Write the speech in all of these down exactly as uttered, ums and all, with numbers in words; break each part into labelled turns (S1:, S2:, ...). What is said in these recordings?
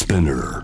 S1: Spinner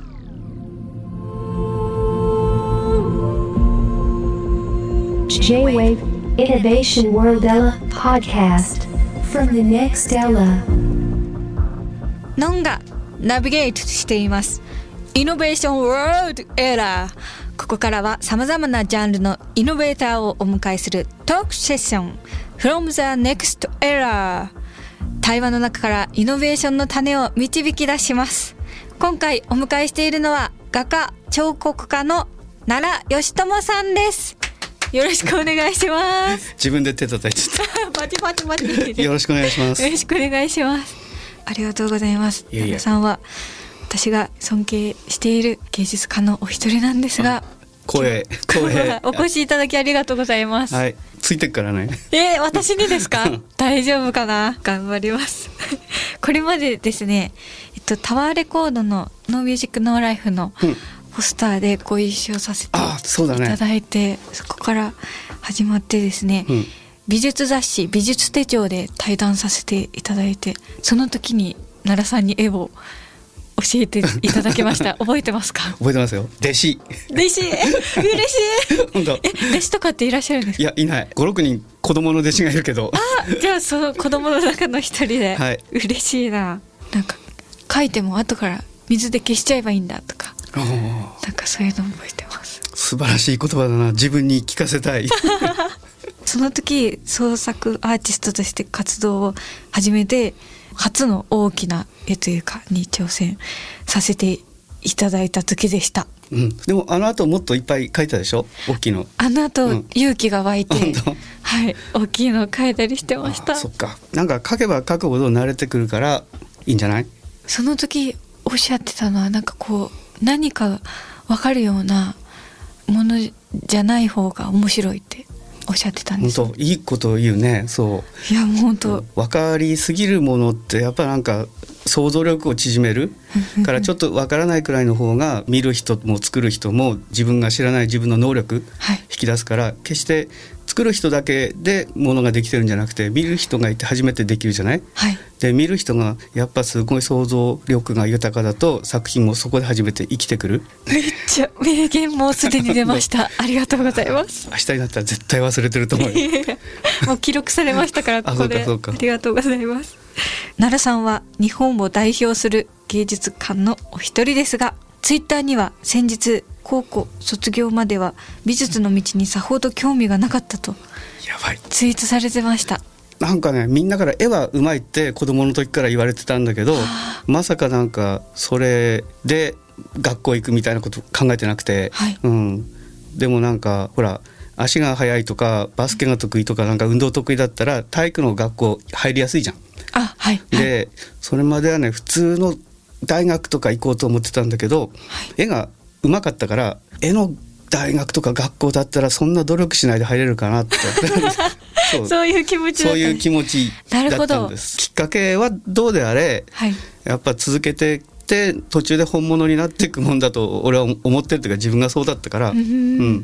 S2: J-Wave Innovation World Ella Podcast from the next Ella
S3: ノンがナビゲートしていますイノベーションワールドエラー。ここからはさまざまなジャンルのイノベーターをお迎えするトークセッション From the Next Era。 対話の中からイノベーションの種を導き出します。今回お迎えしているのは画家彫刻家の奈良義智さんです。よろしくお願いします。
S4: 自分で手叩いちゃった
S3: パチパチパチ
S4: よろしくお願いします。
S3: よろしくお願いします。ありがとうございます。
S4: いやいや
S3: 奈良さんは私が尊敬している芸術家のお一人なんですが、
S4: 光栄光栄
S3: お越しいただきありがとうございます。
S4: はい、ついてっからね。
S3: えー、私にですか大丈夫かな、頑張りますこれまでですね、えっと、タワーレコードのノーミュージックノーライフのポスターでご一緒させていただいて、
S4: ね、
S3: そこから始まってですね、うん、美術雑誌美術手帳で対談させていただいて、その時に奈良さんに絵を教えていただきました覚えてますか？
S4: 覚えてますよ。弟子
S3: 弟子嬉しい
S4: 本当。え、
S3: 弟子とかっていらっしゃるんですか？
S4: いや、いない。ごろくにん子供の弟子がいるけど。
S3: あ、じゃあその子供の中の一人で、
S4: はい、
S3: 嬉しいな。なんか書いても後から水で消しちゃえばいいんだとか、なんかそういうの覚えてます。
S4: 素晴らしい言葉だな。自分に聞かせたい
S3: その時創作アーティストとして活動を始めて、初の大きな絵というかに挑戦させていただいた時でした、
S4: うん、でもあの後もっといっぱい描いたでしょ、大きいの。
S3: あの後、うん、勇気が湧いて、
S4: は
S3: い、大きいのを描いたりしてました。
S4: あ、そっか。なんか描けば描くほど慣れてくるからいいんじゃない？
S3: その時おっしゃってたのは、なんかこう何か分かるようなものじゃない方が面白いっておっしゃってたんです。
S4: 本当いいことを言うね。そう。
S3: いや、もう本当
S4: 分かりすぎるものってやっぱなんか想像力を縮めるから、ちょっと分からないくらいの方が見る人も作る人も自分が知らない自分の能力引き出すから、はい、決して作る人だけでものができてるんじゃなくて、見る人がいて初めてできるじゃない、はい、で見る人がやっぱすごい想像力が豊かだと作品もそこで初めて生きてくる。
S3: めっちゃ名言もうすでに出ましたありがとうございます。
S4: 明日になったら絶対忘れてると思うよ
S3: もう記録されましたからここで。あ、
S4: そうかそうか。
S3: ありがとうございます。奈良さんは日本を代表する芸術家のお一人ですが、ツイッターには先日高校卒業までは美術の道にさほど興味がなかったと
S4: やばい
S3: ツイートされてました。
S4: なんかね、みんなから絵はうまいって子供の時から言われてたんだけど、まさかなんかそれで学校行くみたいなこと考えてなくて、はい、うん、でもなんかほら足が速いとかバスケが得意とかなんか運動得意だったら体育の学校入りやすいじゃん。
S3: あ、はい、
S4: で、
S3: はい、
S4: それまではね普通の大学とか行こうと思ってたんだけど、はい、絵がうまかったから絵の大学とか学校だったらそんな努力しないで入れるかなって
S3: そうそういう気持ちだった。
S4: そういう気持ちだったんです。きっかけはどうであれ、はい、やっぱ続けてって途中で本物になっていくもんだと俺は思ってるというか、自分がそうだったから、うん、うん、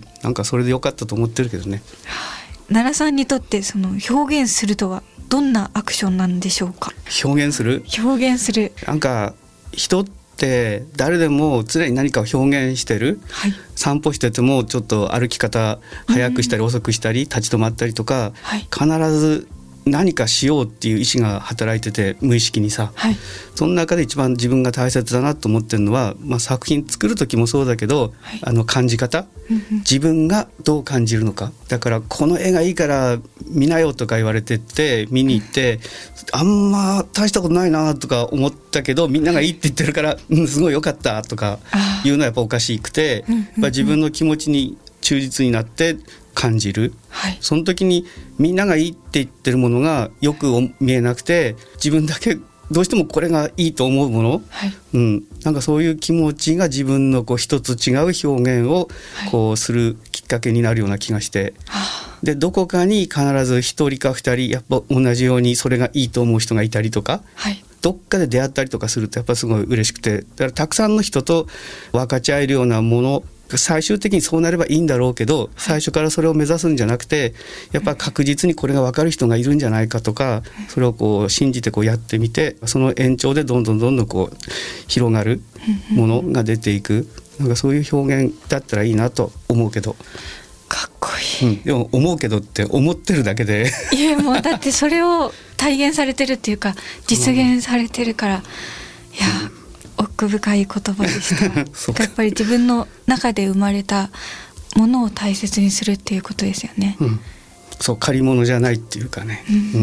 S4: なんかそれでよかったと思ってるけどね。
S3: 奈良さんにとってその表現するとはどんなアクションなんでしょうか？
S4: 表現する
S3: 表現する
S4: なんか人って誰でも常に何かを表現してる、はい、散歩しててもちょっと歩き方早くしたり遅くしたり立ち止まったりとか、はい、必ず何かしようっていう意思が働いてて無意識にさ、はい、その中で一番自分が大切だなと思ってるのは、まあ、作品作る時もそうだけど、はい、あの感じ方、自分がどう感じるのか。だからこの絵がいいから見なよとか言われてって見に行って、うん、あんま大したことないなとか思ったけどみんながいいって言ってるから、うん、すごい良かったとかいうのはやっぱおかしくて、やっぱ自分の気持ちに忠実になって感じる、はい、その時にみんながいいって言ってるものがよく見えなくて、自分だけどうしてもこれがいいと思うもの、はい、うん、なんかそういう気持ちが自分のこう一つ違う表現をこうするきっかけになるような気がして、はい、でどこかに必ず一人か二人やっぱ同じようにそれがいいと思う人がいたりとか、はい、どっかで出会ったりとかするとやっぱすごい嬉しくて、だからたくさんの人と分かち合えるようなもの最終的にそうなればいいんだろうけど、最初からそれを目指すんじゃなくて、やっぱ確実にこれが分かる人がいるんじゃないかとか、それをこう信じてこうやってみて、その延長でどんどんどんどんこう広がるものが出ていく、なんかそういう表現だったらいいなと思うけど。
S3: かっこいい、
S4: うん、でも思うけどって思ってるだけで
S3: いやもうだってそれを体現されてるっていうか実現されてるから、うん、いや奥深い言葉でしたやっぱり自分の中で生まれたものを大切にするっていうことですよね、
S4: うん、そう借り物じゃないっていうかね、うんうんうん、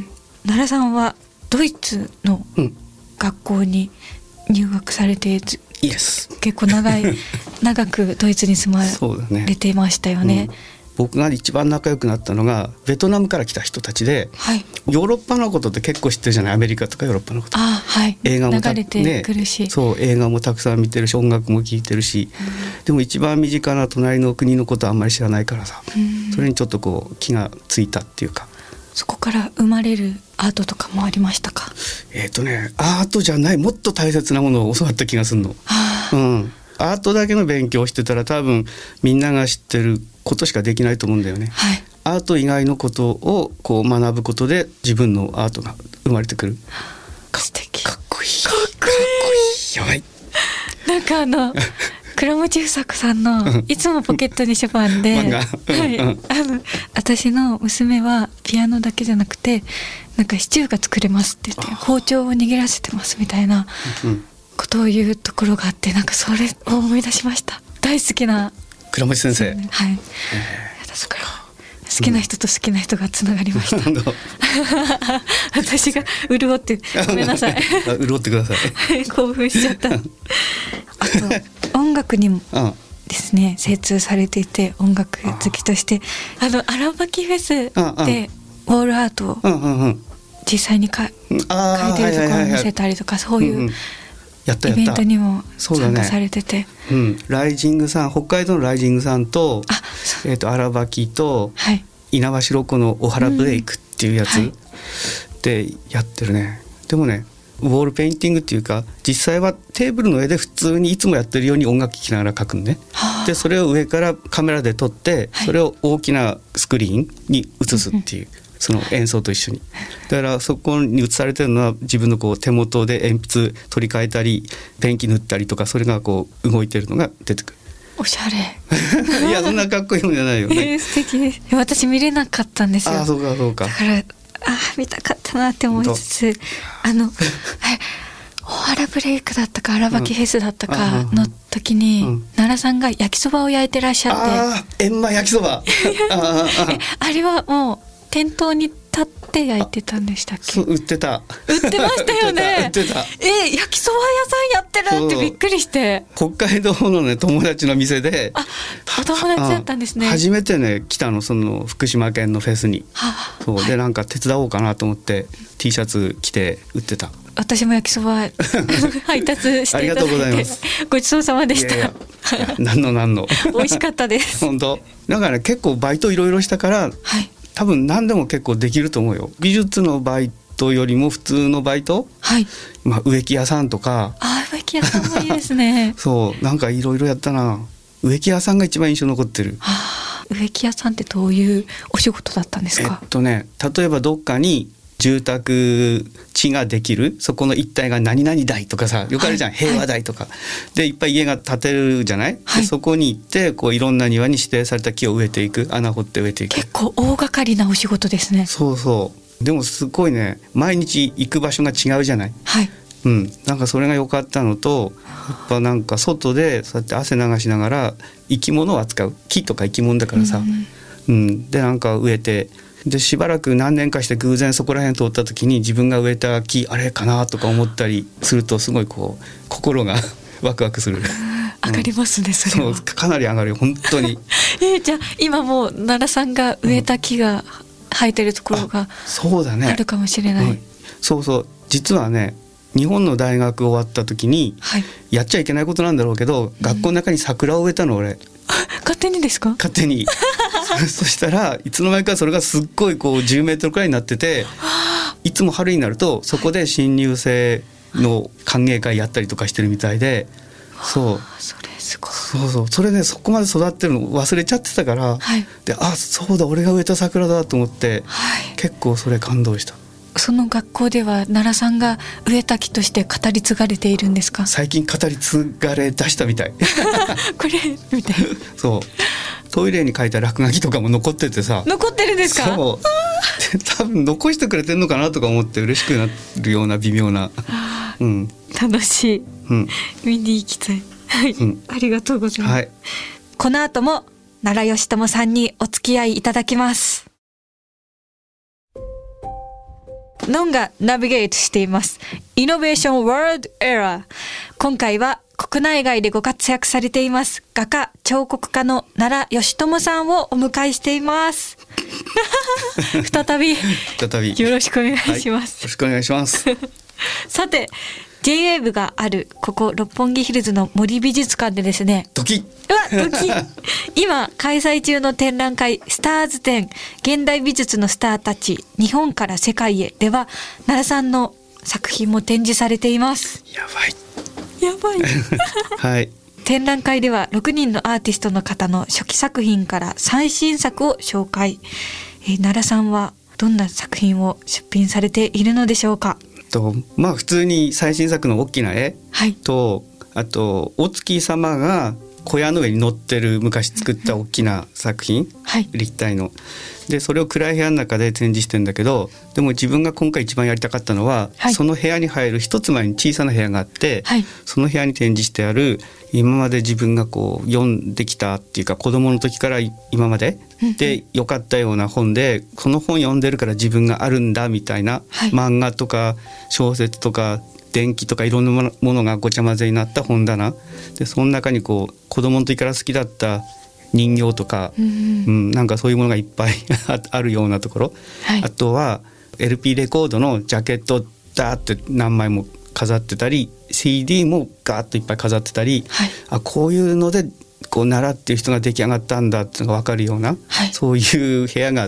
S3: 奈良さんはドイツの学校に入学されて、うん
S4: Yes.
S3: 結構長い長くドイツに住まれていましたよね、うん、
S4: 僕が一番仲良くなったのがベトナムから来た人たちで、はい、ヨーロッパのことって結構知ってるじゃない、アメリカとかヨーロッパのこと、
S3: あ、はい、
S4: 映画もた
S3: 流れてくるし、
S4: ね、そう映画もたくさん見てるし音楽も聴いてるし、うん、でも一番身近な隣の国のことはあんまり知らないからさ、うん、それにちょっとこう気がついたっていうか、
S3: そこから生まれるアートとかもありましたか？
S4: えーとね、アートじゃないもっと大切なものを教わった気がするの、うん、アートだけの勉強をしてたら多分みんなが知ってることしかできないと思うんだよね、はい、アート以外のことをこう学ぶことで自分のアートが生まれてくる。
S3: 素敵、
S4: かっこいい
S3: かっこいい、
S4: やばい、
S3: なんかあの倉持房子さんのいつもポケットにショパンで、はい、あの私の娘はピアノだけじゃなくてなんかシチューが作れますって言って包丁を握らせてますみたいなことを言うところがあって、なんかそれを思い出しました。大好きな
S4: 倉持先生、はい、えー、
S3: 私から好きな人と好きな人がつながりました、うん、私が潤ってごめんなさい
S4: 潤ってください
S3: 興奮しちゃったあと音楽にもですね精通されていて、音楽好きとしてあの荒牧フェスでウォールアートを実際にか描いてるところを見せたりとか、そういうイベントにも参加されてて、
S4: うん、ライジングさん、北海道のライジングさんと、えーと荒牧と、はい、猪苗代湖のおはらブレイクっていうやつ、うん、はい、でやってるね。でもねウォールペインティングっていうか実際はテーブルの上で普通にいつもやってるように音楽聴きながら描くのね。でそれを上からカメラで撮って、はい、それを大きなスクリーンに映すっていう、その演奏と一緒に。だからそこに映されてるのは自分のこう手元で鉛筆取り替えたりペンキ塗ったりとか、それがこう動いてるのが出てくる。
S3: おしゃれ
S4: いやそんなかっこいいもんじゃないよね、
S3: えー、素敵です。私見れなかったんですよ。
S4: あ、そうかそうか。
S3: だからあ見たかったなって思いつつ、あのおはらブレイクだったか荒牧フェスだったかの時に、うん、奈良さんが焼きそばを焼いてらっしゃって、
S4: あ閻魔焼きそばあ, あ,
S3: あれはもう店頭に立って焼いてたんでしたっけ？
S4: 売ってた
S3: 売ってましたよね
S4: 売ってた売ってた。
S3: え焼きそば屋さんやってるってびっくりして、
S4: 北海道のね友達の店で、
S3: あお友達だったんですね。
S4: 初めてね来たの、その福島県のフェスに、はあ、そうで、はい、なんか手伝おうかなと思って T シャツ着て売ってた。
S3: 私も焼きそば配達していただいてありがとうございます。ごちそうさまでした。いやいや
S4: 何の何の
S3: 美味しかったです
S4: 本当だからね結構バイトいろいろしたから、はい、多分何でも結構できると思うよ。美術のバイトよりも普通のバイト、はい、まあ、植木屋さんとか。
S3: あ植木屋さんもいいですね
S4: そうなんかいろいろやったな。植木屋さんが一番印象残ってる。
S3: はあ、植木屋さんってどういうお仕事だったんですか？
S4: えっとね例えばどっかに住宅地ができる、そこの一帯が何々台とかさよくあるじゃん、はい、平和台とか、はい、でいっぱい家が建てるじゃない、はい、でそこに行ってこういろんな庭に指定された木を植えていく、穴掘って植えていく。
S3: 結構大掛かりなお仕事ですね。
S4: そうそうでもすごいね毎日行く場所が違うじゃない、はい、うん、なんかそれが良かったのと、やっぱなんか外でそうやって汗流しながら生き物を扱う、木とか生き物だからさ、うん、うん、でなんか植えて、でしばらく何年かして偶然そこら辺通った時に自分が植えた木あれかなとか思ったりするとすごいこう心がワクワクする。
S3: 上がりますね、うん、それは。
S4: そうかなり上がるよ本当に
S3: えー、じゃあ今もう奈良さんが植えた木が生えてるところが、うん、そうだね、あるかもしれない、うん、
S4: そうそう実はね日本の大学終わった時に、はい、やっちゃいけないことなんだろうけど、うん、学校の中に桜を植えたの俺。
S3: 勝手にですか？
S4: 勝手にそしたらいつの間にかそれがすっごいこうじゅうメートルくらいになってていつも春になるとそこで新入生の歓迎会やったりとかしてるみたいで、そう
S3: それすごい。
S4: そうそう、それね、そこまで育ってるの忘れちゃってたから、はい、で、あ、そうだ、俺が植えた桜だと思って、はい、結構それ感動した。
S3: その学校では奈良さんが植えた木として語り継がれているんですか？
S4: 最近語り継がれ出したみたい
S3: これみたい
S4: そうトイレに書いた落書きとかも残っててさ。
S3: 残ってるんですか？
S4: そう多分残してくれてんのかなとか思って嬉しくなるような微妙な、うん、
S3: 楽しい、うん、見に行きたい、はい、うん、ありがとうございます、はい、この後も奈良義朝さんにお付き合いいただきます。ノンがナビゲートしていますイノベーションワールドエラー。今回は国内外でご活躍されています画家彫刻家の奈良義朝さんをお迎えしています再び
S4: 再び
S3: よろしくお願いします、はい、よ
S4: ろしくお願いします
S3: さて ジェイウェーブ があるここ六本木ヒルズの森美術館でですね、
S4: ドキ
S3: うわドキ今開催中の展覧会スターズ展現代美術のスターたち日本から世界へでは奈良さんの作品も展示されています。
S4: やばい
S3: やばい
S4: はい、
S3: 展覧会ではろくにんのアーティストの方の初期作品から最新作を紹介、えー、奈良さんはどんな作品を出品されているのでしょうか？
S4: とまあ普通に最新作の大きな絵、はい、とあとお月様が小屋の上に乗ってる昔作った大きな作品、はい、立体のでそれを暗い部屋の中で展示してんだけど、でも自分が今回一番やりたかったのは、はい、その部屋に入る一つ前に小さな部屋があって、はい、その部屋に展示してある今まで自分がこう読んできたっていうか子供の時から今までで良かったような本で、この本読んでるから自分があるんだみたいな、はい、漫画とか小説とか電気とかいろんなものがごちゃ混ぜになった本棚で、その中にこう子供の時から好きだった人形とか、うん、うん、なんかそういうものがいっぱいあるようなところ、はい、あとは エルピー レコードのジャケットダーって何枚も飾ってたり シーディー もガーッといっぱい飾ってたり、はい、あこういうのでこう奈良っていう人が出来上がったんだっていうのが分かるような、はい、そういう部屋があって、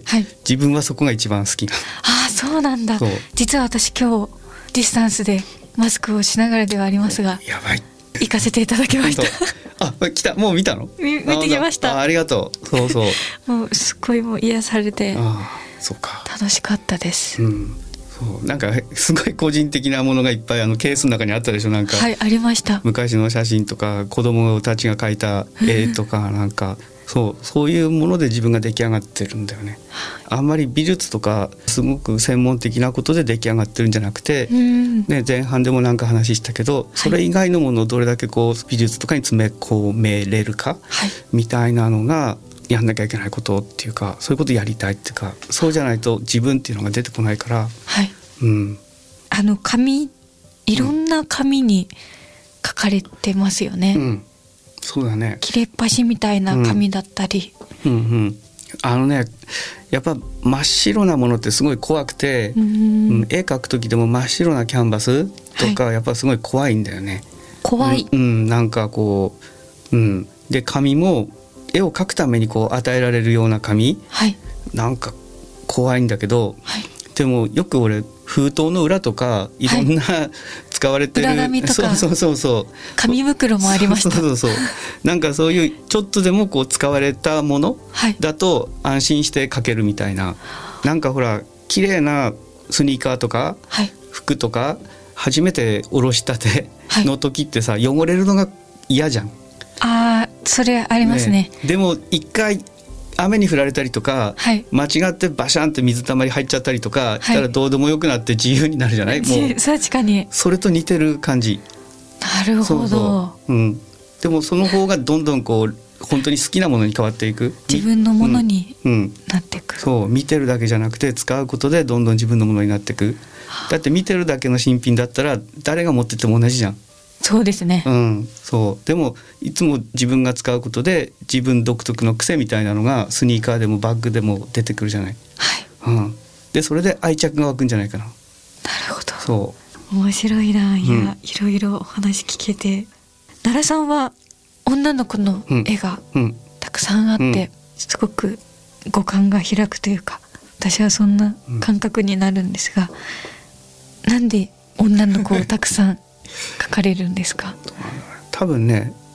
S4: はい、自分はそこが一番好きな。
S3: ああそうなんだ。実は私今日ディスタンスでマスクをしながらではありますが
S4: やばい
S3: 行かせていただきました
S4: あ来た、もう見たの？
S3: 見てきました。
S4: あ, ありがとう。そうそう
S3: もうすっごいもう癒されて
S4: あそうか
S3: 楽しかったです、
S4: うん、そうなんかすごい個人的なものがいっぱいあのケースの中にあったでしょ。なんか
S3: はいありました。
S4: 昔の写真とか子供たちが描いた絵とかなんかそうそういうもので自分が出来上がってるんだよね。あんまり美術とかすごく専門的なことで出来上がってるんじゃなくて、ね、前半でもなんか話したけど、それ以外のものをどれだけこう美術とかに詰め込めれるか、はい、みたいなのがやんなきゃいけないことっていうか、そういうことやりたいっていうか、そうじゃないと自分っていうのが出てこないから、はい、うん、
S3: あの紙いろんな紙に書かれてますよね、
S4: うんうん、そうだね。
S3: 切れっ端みたいな紙だったり、
S4: うんうんうん、あのねやっぱ真っ白なものってすごい怖くて、うんうん、絵描く時でも真っ白なキャンバスとかやっぱすごい怖いんだよね、はい、
S3: 怖い、
S4: うん、なんかこう、うん、で紙も絵を描くためにこう与えられるような紙、はい、なんか怖いんだけど、はい、でもよく俺封筒の裏とかいろんな、はい、使われてる
S3: 裏紙とか
S4: そうそうそうそう
S3: 紙袋もありました。
S4: そうそうそうなんかそういうちょっとでもこう使われたものだと安心して描けるみたいな、はい、なんかほら綺麗なスニーカーとか、はい、服とか初めて下ろしたての時ってさ、はい、汚れるのが嫌じゃん。
S3: あーそれあります ね,
S4: ねでも一回雨に降られたりとか、はい、間違ってバシャンって水たまり入っちゃったりとかしたらどうでもよくなって自由になるじゃない、はい、もう
S3: 確かに
S4: それと似てる感じ。
S3: なるほど。そうそう、うん、
S4: でもその方がどんどんこう本当に好きなものに変わっていく、
S3: 自分のものになっていく、
S4: うんうん、そう見てるだけじゃなくて使うことでどんどん自分のものになっていく。だって見てるだけの新品だったら誰が持ってても同じじゃん。
S3: そうですね、
S4: うん、そうでもいつも自分が使うことで自分独特の癖みたいなのがスニーカーでもバッグでも出てくるじゃない、はい、うん、でそれで愛着が湧くんじゃないかな。な
S3: るほど。
S4: そう
S3: 面白いな。いや、うん、いろいろお話聞けて、奈良さんは女の子の絵がたくさんあって、うんうん、すごく五感が開くというか私はそんな感覚になるんですが、うん、なんで女の子をたくさん描かれるんですか？
S4: 多分ね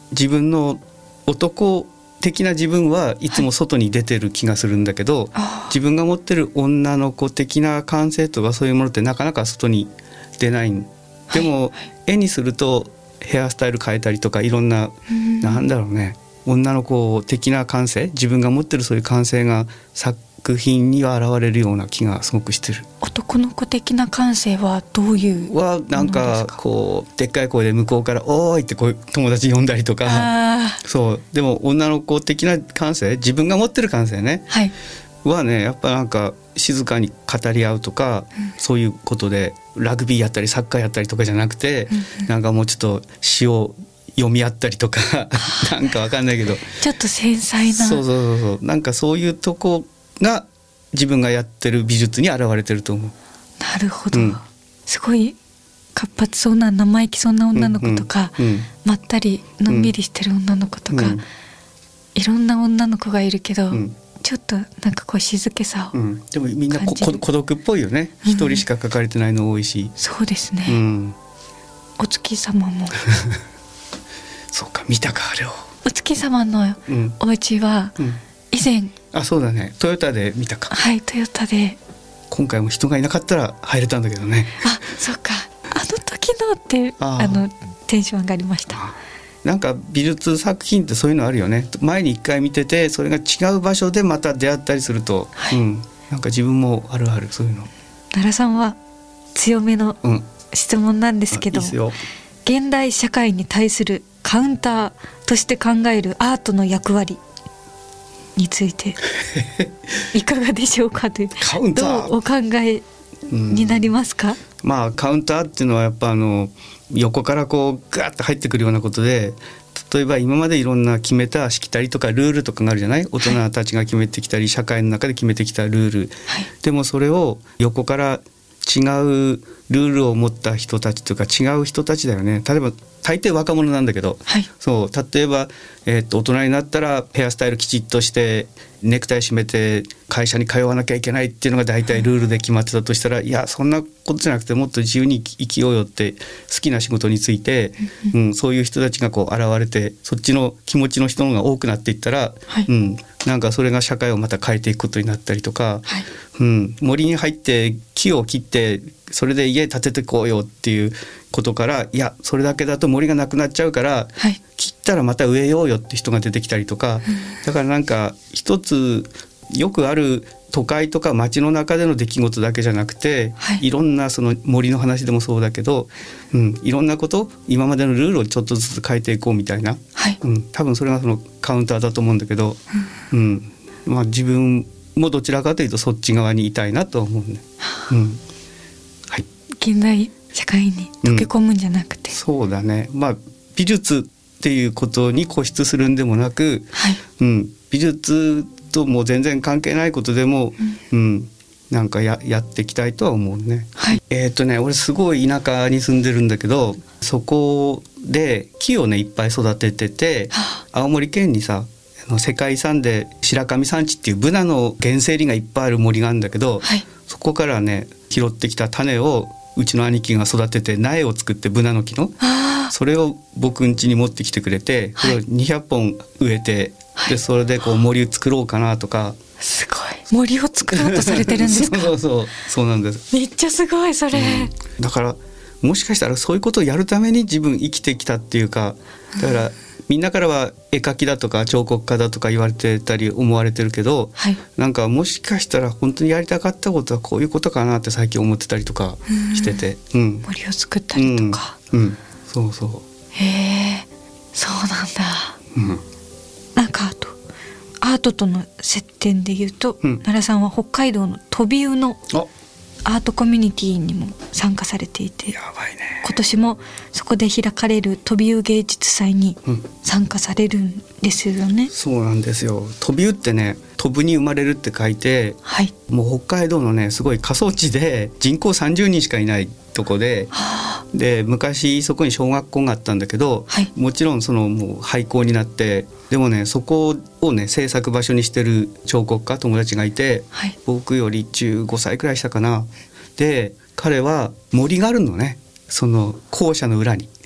S4: 自分の男的な自分はいつも外に出てる気がするんだけど、はい、自分が持ってる女の子的な感性とかそういうものってなかなか外に出ない。でも、はい、絵にするとヘアスタイル変えたりとかいろんな、んなんだろうね、女の子的な感性、自分が持ってるそういう感性が作品には現れるような気がすごくしてる。
S3: 男の子的な感性はどういうものですか？はなんか
S4: こうでっかい声で向こうからおーいってこう友達呼んだりとか、そうでも女の子的な感性、自分が持ってる感性ね、はい、はねやっぱなんか静かに語り合うとか、うん、そういうことでラグビーやったりサッカーやったりとかじゃなくて、うんうん、なんかもうちょっと詩を読み合ったりとかなんかわかんないけど
S3: ちょっと繊細な、
S4: そうそうそうそう、なんかそういうとこが自分がやってる美術に現れてると思う。
S3: なるほど、うん、すごい活発そうな生意気そうな女の子とか、うんうん、まったりのんびりしてる女の子とか、うん、いろんな女の子がいるけど、うん、ちょっとなんかこう静けさを、うん、
S4: でもみんなここ孤独っぽいよね。一、うん、人しか描かれてないの多いし。
S3: そうですね、うん、お月様も
S4: そうか、見たかあれを。
S3: お月様のお家は以前、うん、
S4: あ、そうだね、トヨタで見たか。
S3: はい、トヨタで。
S4: 今回も人がいなかったら入れたんだけどね。
S3: あ、そうか、あの時のってああのテンション上がりました。
S4: なんか美術作品ってそういうのあるよね。前に一回見ててそれが違う場所でまた出会ったりすると、はい、うん、なんか自分もあるあるそういうの。
S3: 奈良さんは強めの質問なんですけど、うん、いいですよ。現代社会に対するカウンターとして考えるアートの役割についていかがでしょうかという。カウンターどうお考えになりますか？
S4: うん、まあカウンターっていうのはやっぱあの横からこうガーッと入ってくるようなことで、例えば今までいろんな決めたしきたりとかルールとかがあるじゃない。大人たちが決めてきたり、はい、社会の中で決めてきたルール、はい、でもそれを横から違うルールを持った人たちというか違う人たちだよね。例えば大抵若者なんだけど、はい、そう例えば、えー、と大人になったらヘアスタイルきちっとしてネクタイ締めて会社に通わなきゃいけないっていうのが大体ルールで決まってたとしたら、はい、いやそんなことじゃなくてもっと自由に生きようよって好きな仕事について、うん、そういう人たちがこう現れてそっちの気持ちの人の方が多くなっていったら、はい、うん、なんかそれが社会をまた変えていくことになったりとか、はい、うん、森に入って木を切ってそれで家建ててこうよっていうことから、いやそれだけだと森がなくなっちゃうから、はい、切ったらまた植えようよって人が出てきたりとか、うん、だからなんか一つよくある都会とか街の中での出来事だけじゃなくて、はい、いろんなその森の話でもそうだけど、うん、いろんなこと今までのルールをちょっとずつ変えていこうみたいな、はい、うん、多分それがそのカウンターだと思うんだけど、うんうん、まあ、自分もどちらかというとそっち側にいたいなと思うね、うん、
S3: はい、現代社会に溶け込むんじゃなくて、
S4: うん、そうだね、まあ、美術っていうことに固執するんでもなく、はい、うん、美術とも全然関係ないことでも、うんうん、なんか や, やっていきたいとは思うね、はい、えーとね俺すごい田舎に住んでるんだけど、そこで木をねいっぱい育ててて、はあ、青森県にさ世界遺産で白神山地っていうブナの原生林がいっぱいある森があるんだけど、はい、そこからね拾ってきた種をうちの兄貴が育てて苗を作って、ブナの木のそれを僕ん家に持ってきてくれて、それをにひゃっぽん植えて、はい、でそれでこう森を作ろうかなとか。
S3: すごい、森を作ろうとされてるんですか？
S4: そうそうそうなんです。
S3: めっちゃすごいそれ、うん、
S4: だからもしかしたらそういうことをやるために自分生きてきたっていうか、だから、うん、みんなからは絵描きだとか彫刻家だとか言われてたり思われてるけど、はい、なんかもしかしたら本当にやりたかったことはこういうことかなって最近思ってたりとかしてて、うん、
S3: 森を作ったりとか、
S4: うんうん、そうそう、
S3: へえ、そうなんだ、うん、なんかあとアートとの接点で言うと、うん、奈良さんは北海道の飛び湯のアートコミュニティにも参加されていて、
S4: やばいね、
S3: 今年もそこで開かれる飛び湯芸術祭に参加されるんですよね、うん、
S4: そうなんですよ。飛び湯ってね、飛ぶに生まれるって書いて、はい、もう北海道のねすごい過疎地で人口さんじゅうにんしかいないとこで、はあ、で昔そこに小学校があったんだけど、はい、もちろんそのもう廃校になって、でもねそこをね制作場所にしてる彫刻家友達がいて、はい、僕よりじゅうごさいくらいしたかな。で彼は森があるのね、その校舎の裏に。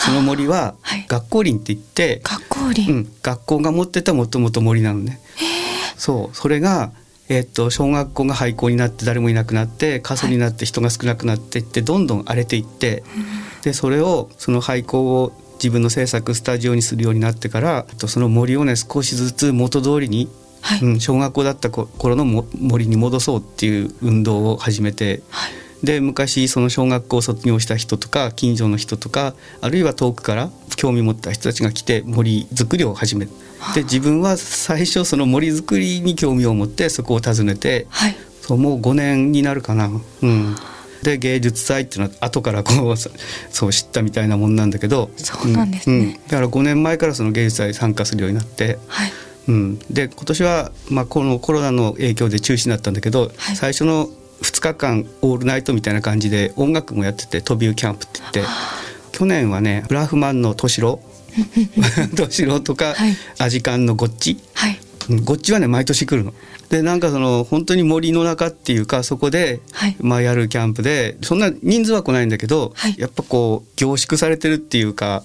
S4: その森は学校林って言って、
S3: 学校林、
S4: うん、学校が持ってたもともと森なのね。そうそれが、えー、っと小学校が廃校になって誰もいなくなって過疎になって人が少なくなっていってどんどん荒れていって、はい、でそれをその廃校を自分の制作スタジオにするようになってからその森をね少しずつ元通りに、はい、うん、小学校だった頃の森に戻そうっていう運動を始めて、はい、で昔その小学校を卒業した人とか近所の人とかあるいは遠くから興味持った人たちが来て森作りを始める。で自分は最初その森作りに興味を持ってそこを訪ねて、はい、そうもうごねんになるかな、うん、で芸術祭っていうのは後からこうそう知ったみたいなもんなんだけど、
S3: そうなんですね、
S4: うんうん、だからごねんまえからその芸術祭参加するようになって、はい、うん、で今年は、まあ、このコロナの影響で中止になったんだけど、はい、最初のふつかかんオールナイトみたいな感じで音楽もやっててトビューキャンプって言って去年はねブラフマンのトシロトシロとか、はい、アジカンのゴッチ、はい、ゴッチはね毎年来るのでなんかその本当に森の中っていうかそこで、はい、まあ、やるキャンプでそんな人数は来ないんだけど、はい、やっぱこう凝縮されてるっていうか、はい、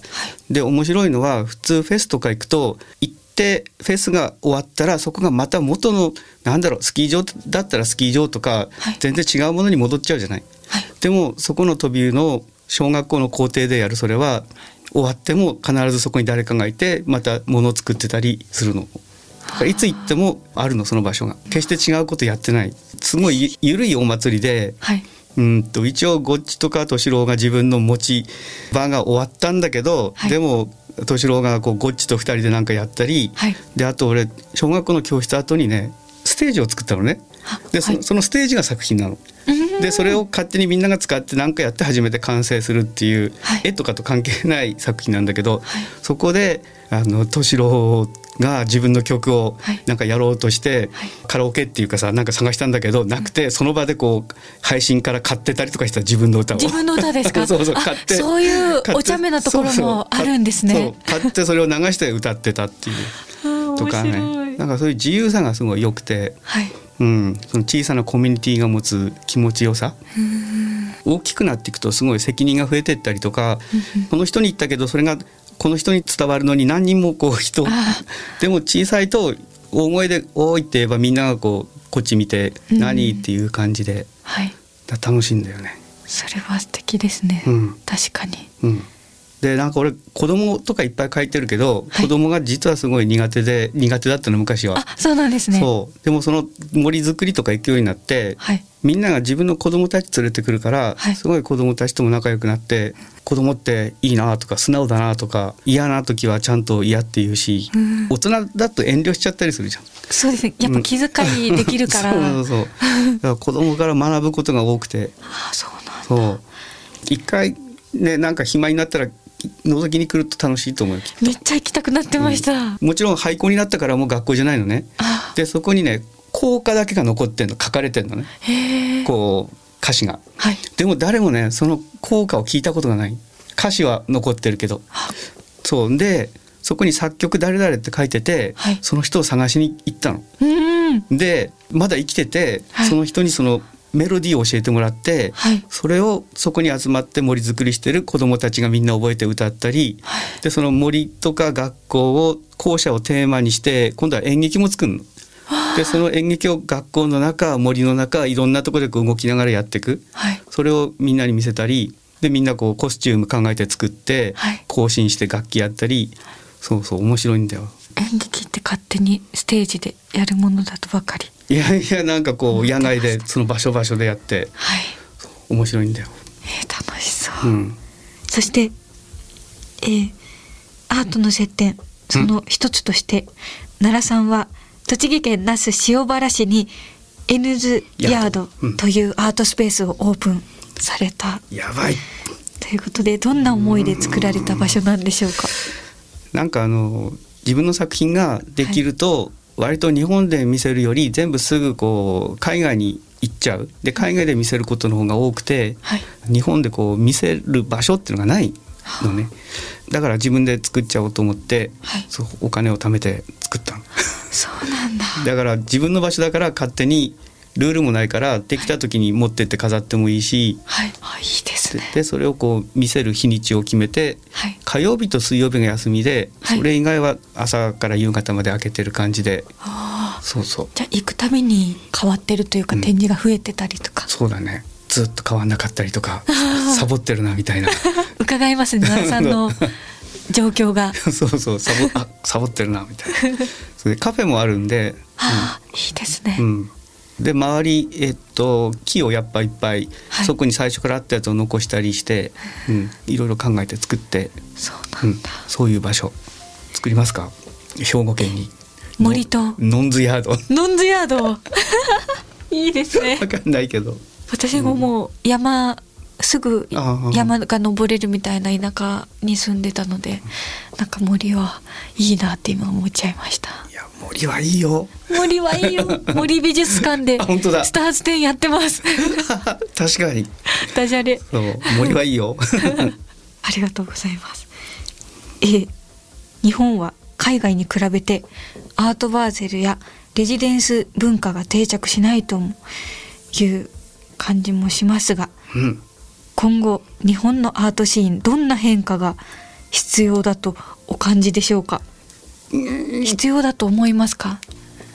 S4: で面白いのは普通フェスとか行くと行ってフェスが終わったらそこがまた元のなんだろうスキー場だったらスキー場とか、はい、全然違うものに戻っちゃうじゃない、はい、でもそこのトビューの小学校の校庭でやるそれは終わっても必ずそこに誰かがいてまた物を作ってたりするの。いつ行ってもあるのその場所が決して違うことやってないすごいゆるいお祭りで、はい、うんと一応ゴッチとかトシローが自分の持ち場が終わったんだけど、はい、でもトシローがこうゴッチとふたりでなんかやったり、はい、であと俺小学校の教室後にねステージを作ったのねで そ,、はい、そのステージが作品なのでそれを勝手にみんなが使って何かやって初めて完成するっていう、はい、絵とかと関係ない作品なんだけど、はい、そこであのトシローが自分の曲をなんかやろうとして、はい、カラオケっていうかさなんか探したんだけどなくて、うん、その場でこう配信から買ってたりとかした自分の歌を
S3: 自分の歌ですか
S4: そうそう買って
S3: そういうお茶目なところもあるんですね。
S4: そうそう買ってそれを流して歌ってたっていうとかねなんかそういう自由さがすごい良くて、はい、うん、その小さなコミュニティが持つ気持ちよさ大きくなっていくとすごい責任が増えていったりとかこの人に言ったけどそれがこの人に伝わるのに何人もこう人でも小さいと大声で「おーい」って言えばみんながこうこっち見て「何?」っていう感じで、はい、楽しいんだよね。
S3: それは素敵ですね、うん、確かに、
S4: うん、でなんか俺子供とかいっぱい書いてるけど、はい、子供が実はすごい苦手で苦手だったの昔は。
S3: あ、そうなんですね。
S4: そうでもその森作りとか行くようになって、はい、みんなが自分の子供たち連れてくるから、はい、すごい子供たちとも仲良くなって子供っていいなとか素直だなとか嫌な時はちゃんと嫌って言うし、うん、大人だと遠慮しちゃったりするじゃん。
S3: そうですねやっぱ気遣いできるから、
S4: うん、そうそうそうだから子供から学ぶことが多くて
S3: あ、そうなんだ。
S4: そう一回ねなんか暇になったら覗きに来ると楽しいと思う。
S3: めっちゃ行きたくなってました、うん、
S4: もちろん廃校になったからもう学校じゃないのね。でそこにね校歌だけが残ってんの書かれてんのねへこう歌詞が、はい、でも誰もねその校歌を聞いたことがない。歌詞は残ってるけどそうでそこに作曲誰々って書いてて、はい、その人を探しに行ったの。うんでまだ生きてて、はい、その人にそのメロディーを教えてもらって、はい、それをそこに集まって森作りしてる子どもたちがみんな覚えて歌ったり、はい、でその森とか学校を校舎をテーマにして今度は演劇も作るの。でその演劇を学校の中森の中いろんなところでこう動きながらやっていく、はい、それをみんなに見せたりでみんなこうコスチューム考えて作って、はい、行進して楽器やったりそうそう面白いんだよ。
S3: 演劇って勝手にステージでやるものだとばかり。
S4: いやいやなんかこう野外でその場所場所でやって、はい、面白いんだよ。
S3: えー、楽しそう、うん、そして、えー、アートの接点その一つとして奈良さんは栃木県那須塩原市にエヌズヤードというアートスペースをオープンされた。
S4: やばい
S3: ということでどんな思いで作られた場所なんでしょうか。
S4: なんかあの自分の作品ができると、はい、割と日本で見せるより全部すぐこう海外に行っちゃう。で海外で見せることの方が多くて、はい、日本でこう見せる場所っていうのがないのね。だから自分で作っちゃおうと思って、はい、そうお金を貯めて作ったの。
S3: そうなんだ。
S4: だから自分の場所だから勝手にルールもないからできた時に持ってって飾ってもいいし、
S3: はい、あ、いいですですね。
S4: で、でそれをこう見せる日にちを決めて、はい、火曜日と水曜日が休みで、はい、それ以外は朝から夕方まで開けてる感じで、
S3: あ、
S4: そうそう。
S3: じゃあ行くたびに変わってるというか、うん、展示が増えてたりとか。
S4: そうだね、ずっと変わんなかったりとかサボってるなみたいな
S3: 伺いますね、奈良さんの状況が
S4: そうそう、サボ、あ、サボってるなみたいなそれでカフェもあるんで、
S3: はあ、うん、いいですね、
S4: うん、で周り、えっと、木をやっぱいっぱい、はい、そこに最初からあったやつを残したりして、うん、いろいろ考えて作って、
S3: そうなんだ、
S4: うん、そういう場所作りますか、兵庫県に。
S3: 森と
S4: ノンズヤード
S3: ノンズヤードいいですね。
S4: 分かんないけど、
S3: 私ももう山、うん、すぐ山が登れるみたいな田舎に住んでたので、なんか森はいいなって今思っちゃいました。
S4: いや、森はいいよ、
S3: 森はいいよ森美術館で
S4: 本当だ、
S3: スターズ展やってます
S4: 確かに
S3: ダジャレ、
S4: そう森はいいよ
S3: ありがとうございます。え日本は海外に比べてアートバーゼルやレジデンス文化が定着しないという感じもしますが、
S4: うん、
S3: 今後日本のアートシーンどんな変化が必要だとお感じでしょうか。必要だと思いますか。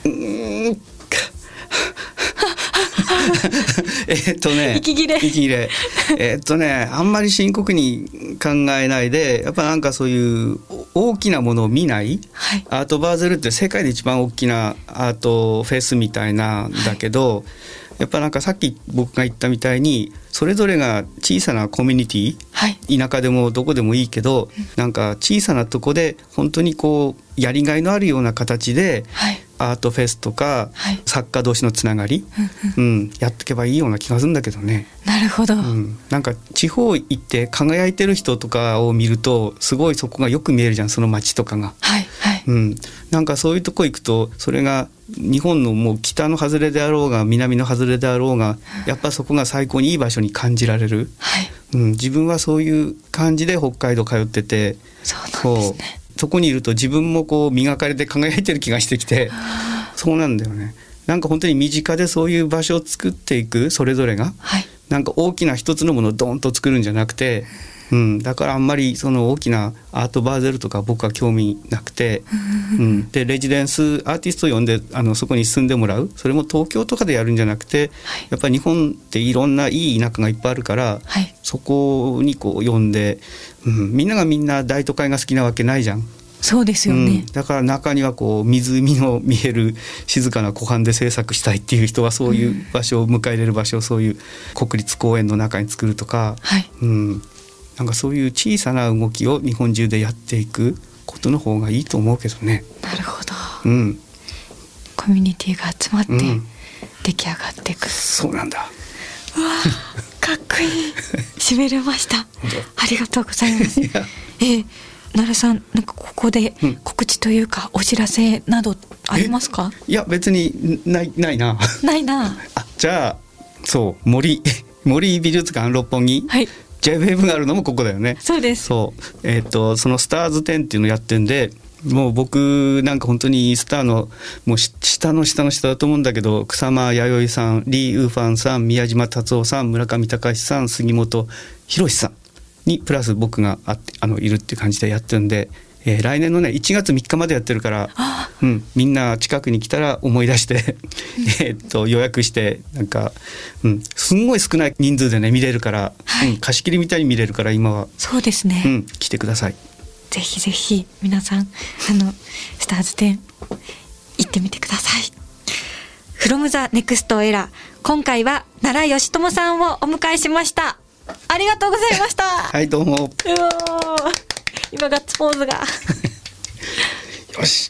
S4: えっとね
S3: 息切れ
S4: 息切れえっとねあんまり深刻に考えないで、やっぱなんかそういう大きなものを見ない、はい、アートバーゼルって世界で一番大きなアートフェスみたいなんだけど、はい、やっぱなんかさっき僕が言ったみたいにそれぞれが小さなコミュニティ、はい、田舎でもどこでもいいけど、うん、なんか小さなとこで本当にこうやりがいのあるような形で、はい、アートフェスとか、はい、作家同士のつながり、うん、やっていけばいいような気がするんだけどね。
S3: なるほど、
S4: うん、なんか地方行って輝いてる人とかを見るとすごいそこがよく見えるじゃん、その街とかが、
S3: はいはい、
S4: うん、なんかそういうとこ行くとそれが日本のもう北の外れであろうが南の外れであろうが、やっぱそこが最高にいい場所に感じられる、はい、うん、自分はそういう感じで北海道通ってて、
S3: そうなんですね。
S4: そこにいると自分もこう磨かれて輝いてる気がしてきてそうなんだよね。なんか本当に身近でそういう場所を作っていく、それぞれが、はい、なんか大きな一つのものをドーンと作るんじゃなくて、うん、だからあんまりその大きなアートバーゼルとか僕は興味なくて、うん、でレジデンスアーティストを呼んであのそこに住んでもらう、それも東京とかでやるんじゃなくて、はい、やっぱり日本っていろんないい田舎がいっぱいあるから、はい、そこにこう呼んで、うん、みんながみんな大都会が好きなわけないじゃん。
S3: そうですよね、
S4: うん、だから中にはこう湖の見える静かな湖畔で制作したいっていう人はそういう場所を迎え入れる場所をそういう国立公園の中に作るとか、はい、うん、なんかそういう小さな動きを日本中でやっていくことの方がいいと思うけどね。
S3: なるほど、
S4: うん、
S3: コミュニティが集まって出来上がっていく、うん、
S4: そうなんだ。
S3: うわかっこいいしびれましたありがとうございます。いえー奈良さん、なんかここで告知というかお知らせなどありますか。
S4: いや別にないないな
S3: ないな
S4: あ、じゃあそう森森美術館六本木、はい、ジェイウェーブがあるのもここだよね。
S3: そうです。
S4: そう、えー、とそのスターズ展っていうのをやってんで、もう僕なんか本当にスターのもう下の下の下だと思うんだけど、草間彌生さん、リー・ウーファンさん、宮島達夫さん、村上隆さん、杉本博さんにプラス僕がああのいるっていう感じでやってるんで、えー、来年のねいちがつみっかまでやってるから、うん、みんな近くに来たら思い出してえっと予約してなんか、うん、すんごい少ない人数でね見れるから、はい、うん、貸し切りみたいに見れるから今は。
S3: そうですね、
S4: うん、来てください。
S3: ぜひぜひ皆さんあのスターズ展行ってみてください。From the Next Era、 今回は奈良義智さんをお迎えしました。ありがとうございました。
S4: はいどうも。う
S3: お今ガッツポーズが
S4: よし。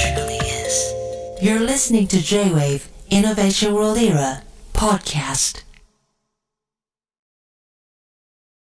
S1: You're listening to J-Wave Innovation World Era podcast.